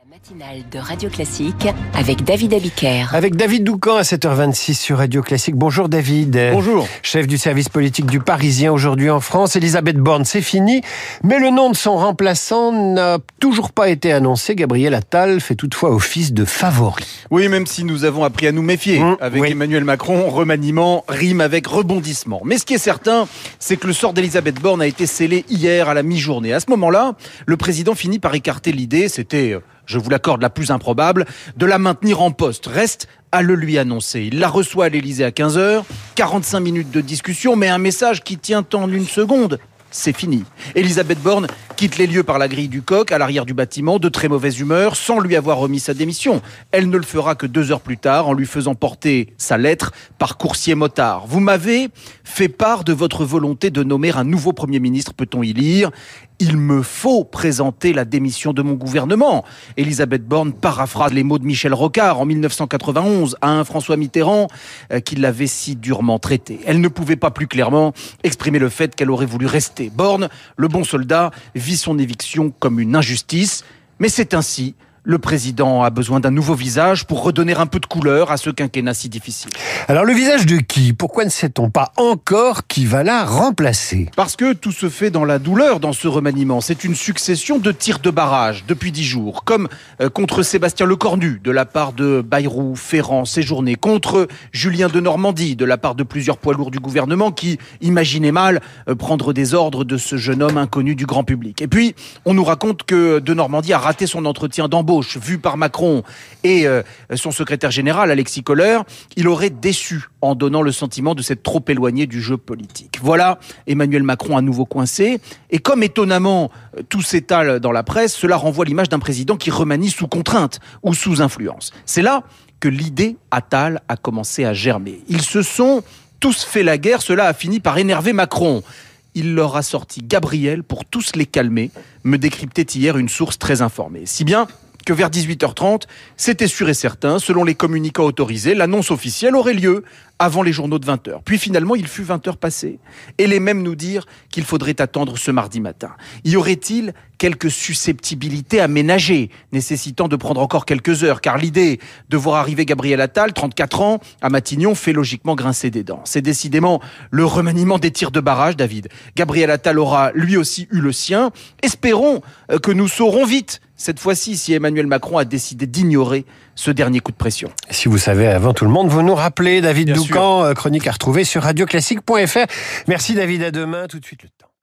Matinale de Radio Classique avec David Abiker. Avec David Doucan à 7h26 sur Radio Classique. Bonjour David. Bonjour. Chef du service politique du Parisien aujourd'hui en France. Elisabeth Borne, c'est fini. Mais le nom de son remplaçant n'a toujours pas été annoncé. Gabriel Attal fait toutefois office de favori. Oui, même si nous avons appris à nous méfier. Avec Emmanuel Macron, remaniement rime avec rebondissement. Mais ce qui est certain, c'est que le sort d'Elisabeth Borne a été scellé hier à la mi-journée. À ce moment-là, le président finit par écarter l'idée, c'était... je vous l'accorde, la plus improbable, de la maintenir en poste. Reste à le lui annoncer. Il la reçoit à l'Élysée à 15h, 45 minutes de discussion, mais un message qui tient en une seconde. C'est fini. Elisabeth Borne quitte les lieux par la grille du Coq, à l'arrière du bâtiment, de très mauvaise humeur, sans lui avoir remis sa démission. Elle ne le fera que 2 heures plus tard, en lui faisant porter sa lettre par coursier motard. Vous m'avez fait part de votre volonté de nommer un nouveau Premier ministre, peut-on y lire. Il me faut présenter la démission de mon gouvernement. Elisabeth Borne paraphrase les mots de Michel Rocard en 1991 à un François Mitterrand qui l'avait si durement traité. Elle ne pouvait pas plus clairement exprimer le fait qu'elle aurait voulu rester. Borne, le bon soldat, vit son éviction comme une injustice. Mais c'est ainsi. Le président a besoin d'un nouveau visage pour redonner un peu de couleur à ce quinquennat si difficile. Alors le visage de qui ? Pourquoi ne sait-on pas encore qui va la remplacer ? Parce que tout se fait dans la douleur dans ce remaniement. C'est une succession de tirs de barrage depuis 10 jours. Comme contre Sébastien Lecornu de la part de Bayrou, Ferrand, Séjourné. Contre Julien Denormandie de la part de plusieurs poids lourds du gouvernement qui imaginaient mal prendre des ordres de ce jeune homme inconnu du grand public. Et puis, on nous raconte que Denormandie a raté son entretien d'embauche vu par Macron et son secrétaire général Alexis Kohler. Il aurait déçu en donnant le sentiment de s'être trop éloigné du jeu politique. Voilà, Emmanuel Macron à nouveau coincé. Et comme étonnamment tout s'étale dans la presse, cela renvoie l'image d'un président qui remanie sous contrainte ou sous influence. C'est là que l'idée Attal a commencé à germer. Ils se sont tous fait la guerre, cela a fini par énerver Macron. Il leur a sorti Gabriel pour tous les calmer, me décryptait hier une source très informée. Si bien que vers 18h30, c'était sûr et certain, selon les communicants autorisés, l'annonce officielle aurait lieu avant les journaux de 20h. Puis finalement, il fut 20h passées. Et les mêmes nous dire qu'il faudrait attendre ce mardi matin. Y aurait-il quelques susceptibilités à ménager, nécessitant de prendre encore quelques heures, car l'idée de voir arriver Gabriel Attal, 34 ans, à Matignon, fait logiquement grincer des dents. C'est décidément le remaniement des tirs de barrage, David. Gabriel Attal aura lui aussi eu le sien. Espérons que nous saurons vite, cette fois-ci, si Emmanuel Macron a décidé d'ignorer ce dernier coup de pression. Si vous savez avant tout le monde, vous nous rappelez. David Doucan, chronique à retrouver sur radioclassique.fr. Merci David, à demain. Tout de suite le temps.